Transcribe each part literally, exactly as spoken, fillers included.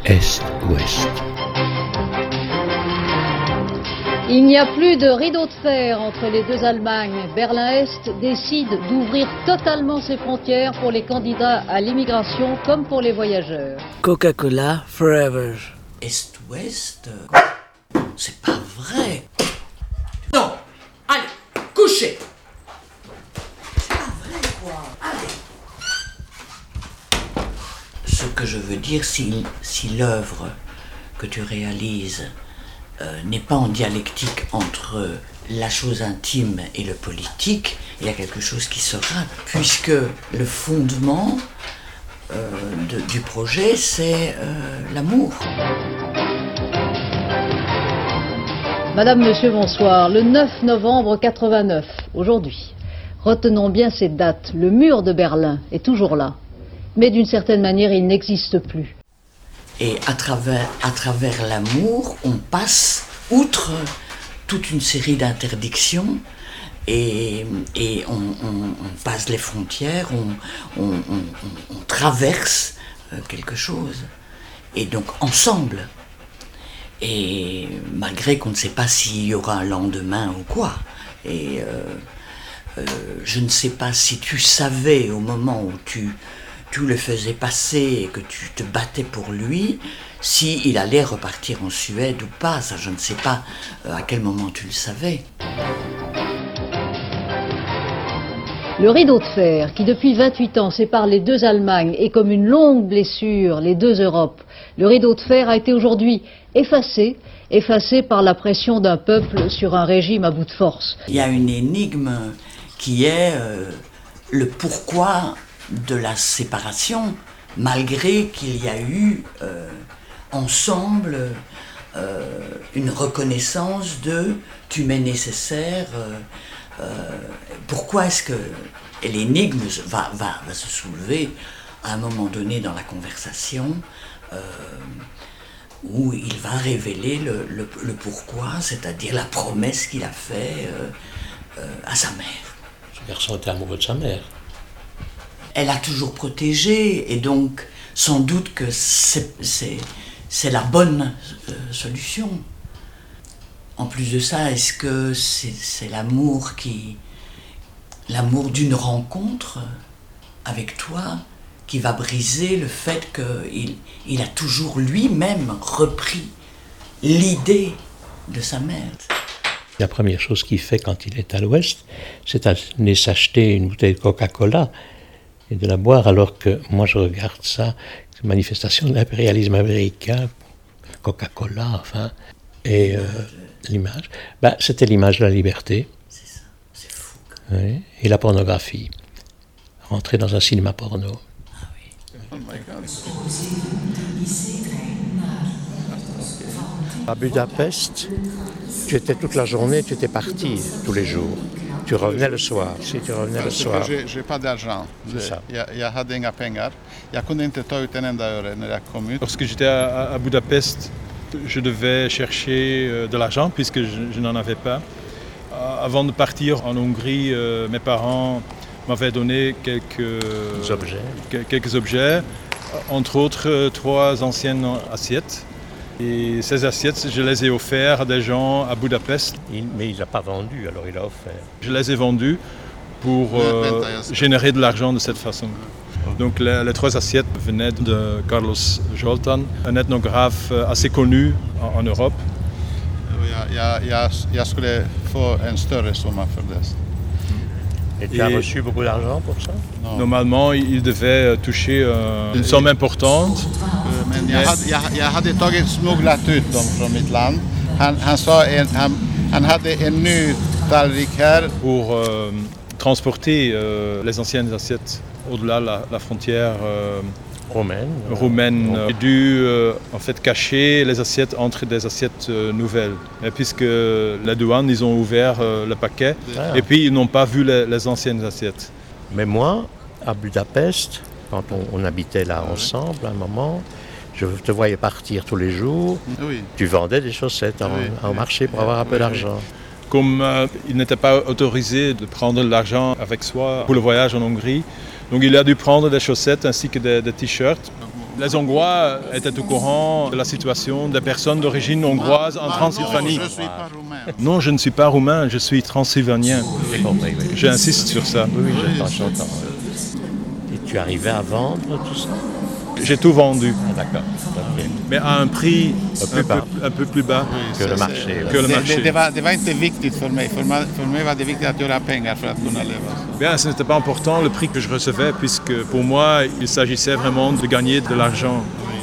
Est-Ouest. Il n'y a plus de rideau de fer entre les deux Allemagnes. Berlin-Est décide d'ouvrir totalement ses frontières pour les candidats à l'immigration comme pour les voyageurs. Coca-Cola Forever. Est-Ouest, c'est pas vrai. Non, allez, couchez. C'est pas vrai, quoi. Allez. Ce que je veux dire, si, si l'œuvre que tu réalises euh, n'est pas en dialectique entre la chose intime et le politique, il y a quelque chose qui se rate, puisque le fondement euh, de, du projet, c'est euh, l'amour. Madame, Monsieur, bonsoir. Le neuf novembre quatre-vingt-neuf, aujourd'hui. Retenons bien cette date. Le mur de Berlin est toujours là. Mais d'une certaine manière, il n'existe plus. Et à travers, à travers l'amour, on passe outre toute une série d'interdictions et, et on, on, on passe les frontières, on, on, on, on traverse quelque chose. Et donc ensemble. Et malgré qu'on ne sait pas s'il y aura un lendemain ou quoi. Et euh, euh, je ne sais pas si tu savais au moment où tu, tu le faisais passer et que tu te battais pour lui, s'il allait repartir en Suède ou pas. Ça, je ne sais pas à quel moment tu le savais. Le rideau de fer, qui depuis vingt-huit ans sépare les deux Allemagnes et comme une longue blessure les deux Europes, le rideau de fer a été aujourd'hui effacé, effacé par la pression d'un peuple sur un régime à bout de force. Il y a une énigme qui est euh, le pourquoi de la séparation, malgré qu'il y a eu euh, ensemble euh, une reconnaissance de « tu m'es nécessaire euh, ». Euh, pourquoi est-ce que et l'énigme va, va, va se soulever à un moment donné dans la conversation euh, où il va révéler le, le, le pourquoi, c'est-à-dire la promesse qu'il a faite euh, euh, à sa mère. Ce garçon était amoureux de sa mère. Elle a toujours protégé et donc sans doute que c'est, c'est, c'est la bonne euh, solution. En plus de ça, est-ce que c'est, c'est l'amour qui, l'amour d'une rencontre avec toi qui va briser le fait qu'il il a toujours lui-même repris l'idée de sa mère? La première chose qu'il fait quand il est à l'Ouest, c'est aller s'acheter une bouteille de Coca-Cola et de la boire, alors que moi je regarde ça, c'est une manifestation de l'impérialisme américain, Coca-Cola, enfin, et... Euh, l'image, ben, c'était l'image de la liberté. C'est ça, c'est fou. Oui, et la pornographie. Rentrer dans un cinéma porno. Ah oui. Oh my God. À Budapest, tu étais toute la journée, tu étais parti tous les jours. Tu revenais le soir, si tu revenais le soir. J'ai, j'ai pas d'argent. Jag, jag hade inga pengar. Jag kunde inte ta ut en enda öre när jag kom ut. Lorsque j'étais à, à Budapest, je devais chercher de l'argent puisque je, je n'en avais pas. Avant de partir en Hongrie, euh, mes parents m'avaient donné quelques objets. quelques objets, entre autres trois anciennes assiettes. Et ces assiettes, je les ai offertes à des gens à Budapest. Il, mais il n'a pas vendu, alors il a offert. Je les ai vendues pour euh, générer de l'argent de cette façon. Donc les, les trois assiettes venaient de Carlos Zoltan, un ethnographe assez connu en, en Europe. Jag, jag, jag, jag skulle få en större summa för det. Et tu as reçu beaucoup d'argent pour ça? No. Normalement, il devait toucher euh, une somme importante. Men jag, hade, jag, jag hade tagit smugglat ut dem från mitt land. Han, han, sa en, han, han hade en ny tallrik här. Pour euh, transporter euh, les anciennes assiettes au-delà de la, la frontière euh, romaine. roumaine. J'ai dû euh, en fait cacher les assiettes entre des assiettes euh, nouvelles. Et puisque la douane, ils ont ouvert euh, le paquet ah. et puis ils n'ont pas vu les, les anciennes assiettes. Mais moi, à Budapest, quand on, on habitait là ah, ensemble à un moment, je te voyais partir tous les jours. Oui. Tu vendais des chaussettes en, oui, en oui. marché pour avoir un peu oui, d'argent. Comme euh, il n'était pas autorisé de prendre de l'argent avec soi pour le voyage en Hongrie, donc il a dû prendre des chaussettes ainsi que des, des t-shirts. Les Hongrois étaient au courant de la situation des personnes d'origine hongroise en Transylvanie. Non, je ne suis pas roumain. Non, je ne suis pas roumain, je suis transylvanien. J'ai compris, oui. J'insiste sur ça. Oui, oui, j'entends, j'entends. Et tu arrivais à vendre tout ça? J'ai tout vendu, Ah, d'accord. Ok. mais à un prix Un peu un bas. peu, un peu plus bas. Que le marché. ouais. Que le Det, marché. det, det, var, det var inte viktigt för mig. För, mig. för mig var det viktigt att göra pengar för att kunna leva. Bien, ce n'était pas important le prix que je recevais, puisque pour moi, il s'agissait vraiment de gagner de l'argent.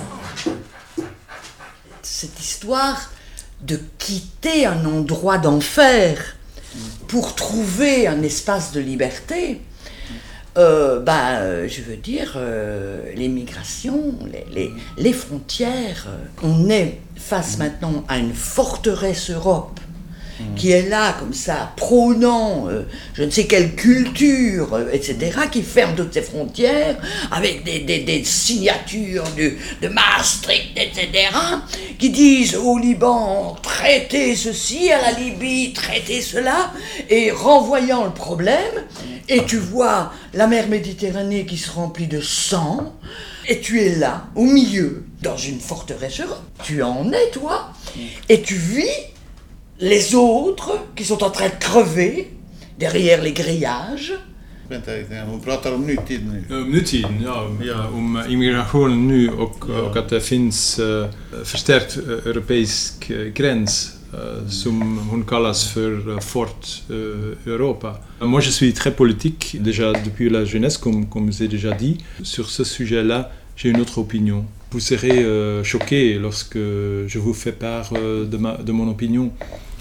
Cette histoire de quitter un endroit d'enfer pour trouver un espace de liberté, euh, ben, euh, je veux dire, euh, l'immigration, les, les, les frontières, euh, on est face maintenant à une forteresse Europe qui est là, comme ça, prônant euh, je ne sais quelle culture, euh, et cetera, qui ferme toutes ses frontières, avec des, des, des signatures de, de Maastricht, et cetera, qui disent au Liban, traitez ceci, à la Libye, traitez cela, et renvoyant le problème, et tu vois la mer Méditerranée qui se remplit de sang, et tu es là, au milieu, dans une forteresse Europe. Tu en es, toi, et tu vis les autres qui sont en train de crever derrière les grillages. Vänta lite, hon pratar om nutid nu. Um, nutiden, ja, Ja. om immigrationen nu och, och att det finns uh, förstärkt uh, europeisk uh, gräns uh, som hon kallas för uh, Fort uh, Europa. Uh, moi je suis très politique déjà depuis la jeunesse, comme, comme j'ai déjà dit. Sur ce sujet-là, j'ai une autre opinion. Vous serez uh, choqués lorsque je vous fais part uh, de, ma, de mon opinion.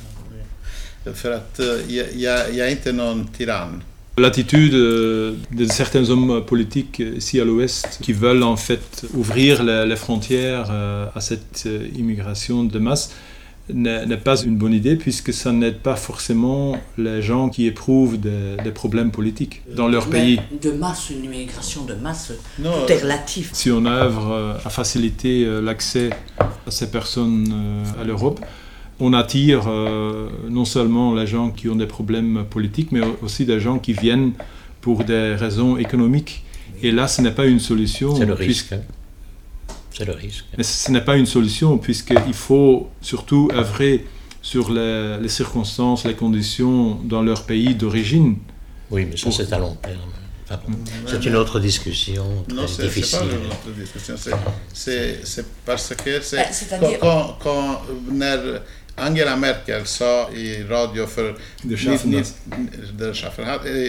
För att uh, jag, jag, jag är inte någon tyrann. L'attitude de certains hommes politiques ici à l'Ouest qui veulent en fait ouvrir les, les frontières à cette immigration de masse n'est, n'est pas une bonne idée, puisque ça n'aide pas forcément les gens qui éprouvent des, des problèmes politiques dans leur Mais pays. de masse, une immigration de masse, Non, tout est relatif. Si on œuvre à faciliter l'accès à ces personnes à l'Europe, on attire euh, non seulement les gens qui ont des problèmes politiques, mais aussi des gens qui viennent pour des raisons économiques. Et là, ce n'est pas une solution. C'est le puisque... risque. Hein. C'est le risque. Mais ce n'est pas une solution, puisqu'il faut surtout œuvrer sur les, les circonstances, les conditions dans leur pays d'origine. Oui, mais ça, Pour... c'est à long terme. Enfin, bon, c'est une autre discussion très non, c'est, difficile. c'est pas une autre discussion. C'est, c'est, c'est parce que c'est, Bah, c'est-à-dire... quand, quand, när Angela Merkel sa i radio för Det Schaffen, det Schaffen,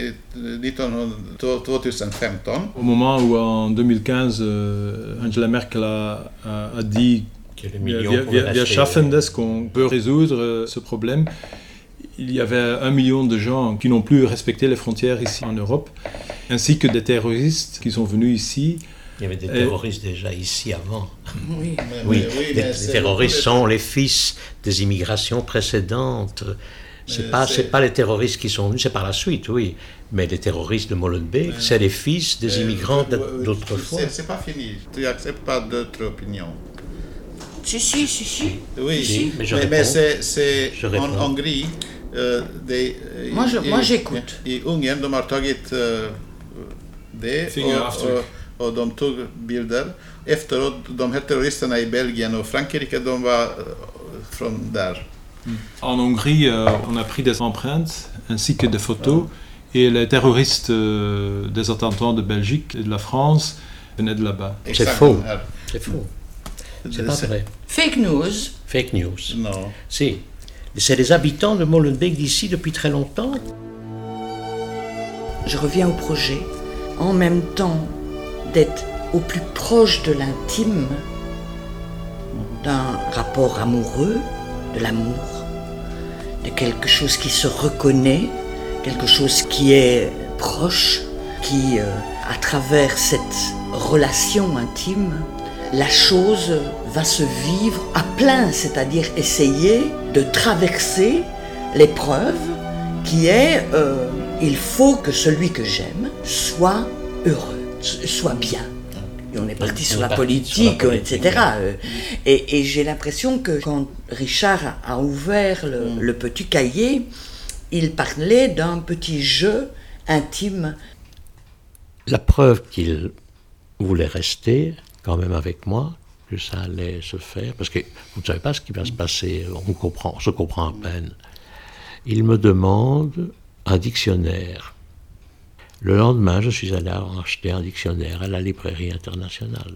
tjugo femton. Au moment où en deux mille quinze, euh, Angela Merkel a, a, a dit Que le wir, million wir, pourrait wir, wir rester- schaffen das, qu'on peut résoudre ce problème. Il y avait un million de gens qui n'ont plus respecté les frontières ici en Europe, ainsi que des terroristes qui sont venus ici. Il y avait des Et- terroristes déjà ici avant. Oui. Mais- Oui, mais- oui, les, mais les c'est- terroristes sont les fils des immigrations précédentes. C'est Mais pas, c'est- c'est pas les terroristes qui sont venus, c'est par la suite, oui. Mais les terroristes de Molenbeek, c'est les fils des Euh, immigrants oui, d- oui, d'autrefois. C'est, c'est pas fini. Tu n'acceptes pas d'autres opinions. Si, si, si, si. Oui, Si, mais je mais, réponds. mais c'est, c'est Je en réponds. Hongrie. Uh, det, Moi, je- i, moi, j'écoute. I Ungern, de har tagit uh, det Fingeravtryck. och, och de tog bilder. Efteråt, de här terroristerna i Belgien och Frankrike, de var uh, från där. En Hongrie, euh, on a pris des empreintes ainsi que des photos, et les terroristes euh, des attentats de Belgique et de la France venaient de là-bas. C'est Exakt faux. de här. C'est faux. C'est Det- pas vrai. Fake news. Fake news. Non. Si. C'est les habitants de Molenbeek d'ici depuis très longtemps. Je reviens au projet, en même temps d'être au plus proche de l'intime, d'un rapport amoureux, de l'amour, de quelque chose qui se reconnaît, quelque chose qui est proche, qui, euh, à travers cette relation intime, la chose va se vivre à plein, c'est-à-dire essayer de traverser l'épreuve qui est euh, il faut que celui que j'aime soit heureux, soit bien. Et on est parti On sur est la parti politique, sur la politique, et cetera. Euh, Et, et j'ai l'impression que quand Richard a ouvert le, Mm. le petit cahier, il parlait d'un petit jeu intime. La preuve qu'il voulait rester, quand même avec moi que ça allait se faire, parce que vous ne savez pas ce qui va se passer, on, comprend, on se comprend à peine. Il me demande un dictionnaire. Le lendemain, je suis allé acheter un dictionnaire à la librairie internationale.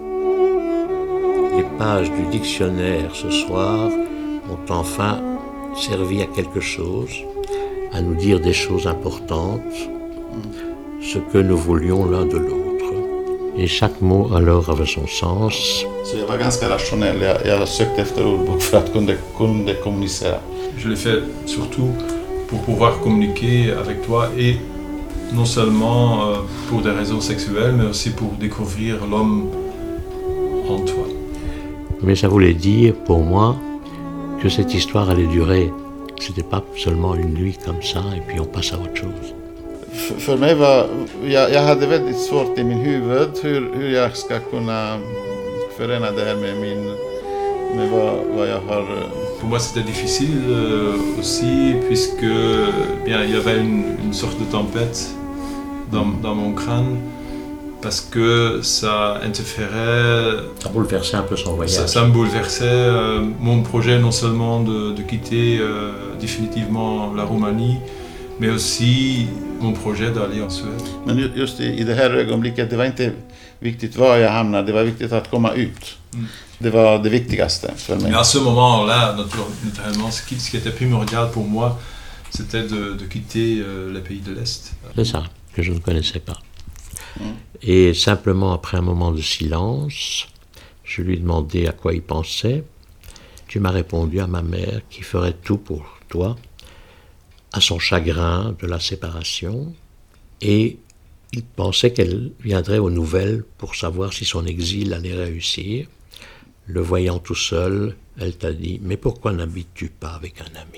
Les pages du dictionnaire ce soir ont enfin servi à quelque chose, à nous dire des choses importantes, ce que nous voulions l'un de l'autre. Et chaque mot alors avait son sens. Så jag var ganska rationell. Jag, jag sökte efter ordbok för att kunna, kunna kommunicera. Je l'ai fait surtout pour pouvoir communiquer avec toi et non seulement euh, pour des raisons sexuelles, mais aussi pour découvrir l'homme en toi. Mais ça voulait dire pour moi que cette histoire allait durer. C'était pas seulement une nuit comme ça et puis on passe à autre chose. För, för mig var, jag, jag hade väldigt svårt i min huvud hur, hur jag ska kunna förena det här med, min, med vad, vad jag har. Pour moi c'était difficile euh, aussi puisque bien, il y avait une, une sorte de tempête dans, dans mon crâne parce que ça interférait. Ça bouleversait un peu son voyage. Ça, ça me bouleversait euh, mon projet non seulement de, de quitter euh, définitivement la Roumanie, mais aussi mon projet d'aller en Suède. Men just i, i det här ögonblicket, det var inte viktigt var jag hamnade, det var viktigt att komma ut. Mm. Det var det viktigaste för mig. Mais à ce moment-là, naturellement, ce qui, ce qui était primordial pour moi, c'était de, de quitter euh, les pays de l'Est. C'est ça, que je ne connaissais pas. Mm. Et simplement après un moment de silence, je lui ai demandé à quoi il pensait. Tu m'as répondu à ma mère qui ferait tout pour toi, à son chagrin de la séparation, et il pensait qu'elle viendrait aux nouvelles pour savoir si son exil allait réussir. Le voyant tout seul, elle t'a dit « Mais pourquoi n'habites-tu pas avec un ami ?»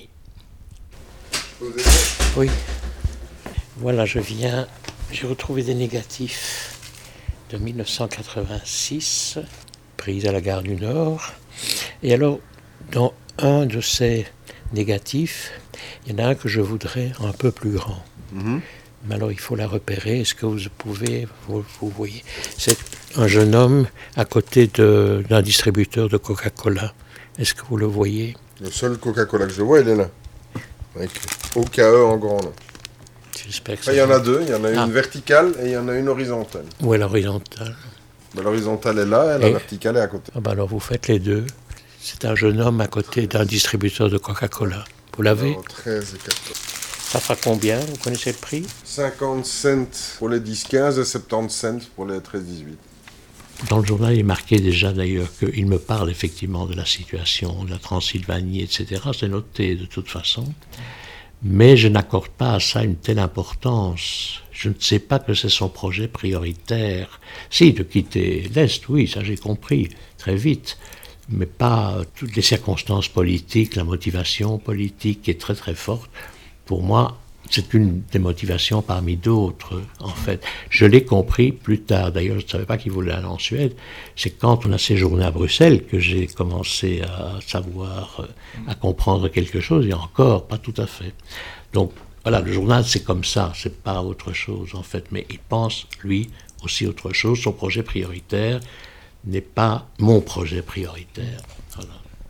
Oui. Voilà, je viens, j'ai retrouvé des négatifs de mille neuf cent quatre-vingt-six, pris à la gare du Nord. Et alors, dans un de ces négatifs, il y en a un que je voudrais un peu plus grand. Mm-hmm. Mais alors il faut la repérer. Est-ce que vous pouvez, vous, vous voyez, c'est un jeune homme à côté de, d'un distributeur de Coca-Cola. Est-ce que vous le voyez? Le seul Coca-Cola que je vois, il est là. Avec O K E en grand. Là. J'espère que enfin, il y en a deux. Il y en a une ah. verticale et il y en a une horizontale. Où est l'horizontale? Ben, l'horizontale est là et la et... verticale est à côté. Ah ben alors vous faites les deux. C'est un jeune homme à côté d'un distributeur de Coca-Cola. Vous l'avez? Alors, treize et quatorze. Ça fera combien? Vous connaissez le prix? cinquante cents pour les dix quinze et soixante-dix cents pour les treize dix-huit. Dans le journal, il est marqué déjà d'ailleurs qu'il me parle effectivement de la situation, de la Transylvanie, et cetera. C'est noté de toute façon. Mais je n'accorde pas à ça une telle importance. Je ne sais pas que c'est son projet prioritaire. Si, de quitter l'Est, oui, ça j'ai compris, très vite. Mais pas toutes les circonstances politiques, la motivation politique qui est très très forte. Pour moi, c'est une des motivations parmi d'autres, en fait. Je l'ai compris plus tard. D'ailleurs, je ne savais pas qu'il voulait aller en Suède. C'est quand on a séjourné à Bruxelles que j'ai commencé à savoir, à comprendre quelque chose, et encore, pas tout à fait. Donc, voilà, le journal, c'est comme ça, c'est pas autre chose, en fait. Mais il pense, lui, aussi autre chose. Son projet prioritaire n'est pas mon projet prioritaire. Voilà.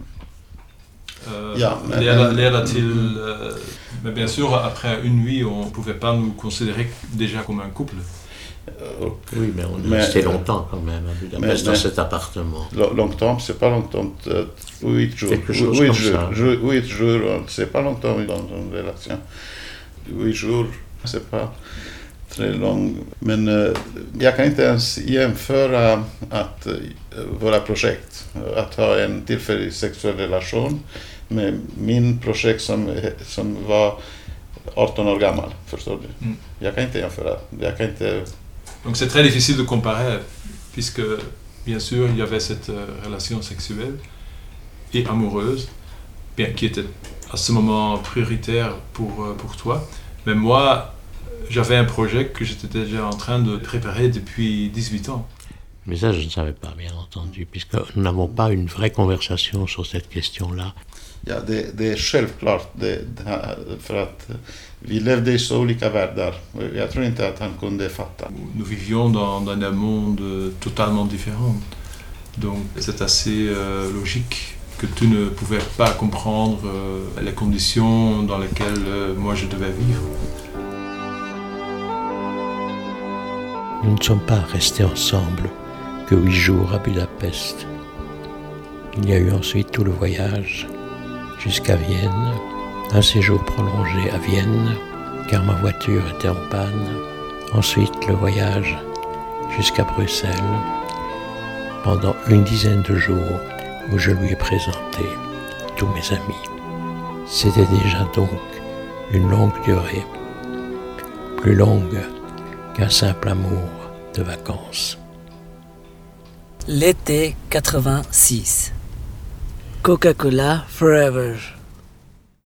Euh, ja, lära-till, euh, mais bien sûr, après une nuit, on ne pouvait pas nous considérer déjà comme un couple. Okay. Oui, mais on est resté longtemps quand même à Budapest, dans cet appartement. Longtemps, c'est pas longtemps, euh, huit jours. Quelque chose huit comme jours, ça. Huit jours, c'est pas longtemps dans une relation. Huit jours, c'est pas très long. Men uh, jag kan inte ens jämföra att uh, våra projekt, uh, att ha en tillfällig sexuell relation med min projekt som, som var arton år gammal, förstår du? Mm. Jag kan inte jämföra. Jag kan inte... Donc c'est très difficile de comparer, puisque bien sûr il y avait cette euh, relation sexuelle et amoureuse, bien qui était à ce moment prioritaire pour, euh, pour toi. Mais moi, j'avais un projet que j'étais déjà en train de préparer depuis dix-huit ans. Mais ça, je ne savais pas, bien entendu, puisque nous n'avons pas une vraie conversation sur cette question-là. Ja, det, det är självklart, det, det, för att vi levde i så olika världar. Jag tror inte att han kunde fatta. Nous vivions dans, dans un monde totalement différent. Donc c'est assez euh, logique que tu ne pouvais pas comprendre euh, les conditions dans lesquelles euh, moi je devais vivre. Nous ne sommes pas restés ensemble que huit jours à Budapest. Il y a eu ensuite tout le voyage jusqu'à Vienne, un séjour prolongé à Vienne car ma voiture était en panne, ensuite le voyage jusqu'à Bruxelles pendant une dizaine de jours où je lui ai présenté tous mes amis. C'était déjà donc une longue durée, plus longue qu'un simple amour de vacances. L'été quatre-vingt-six. Coca-Cola Forever.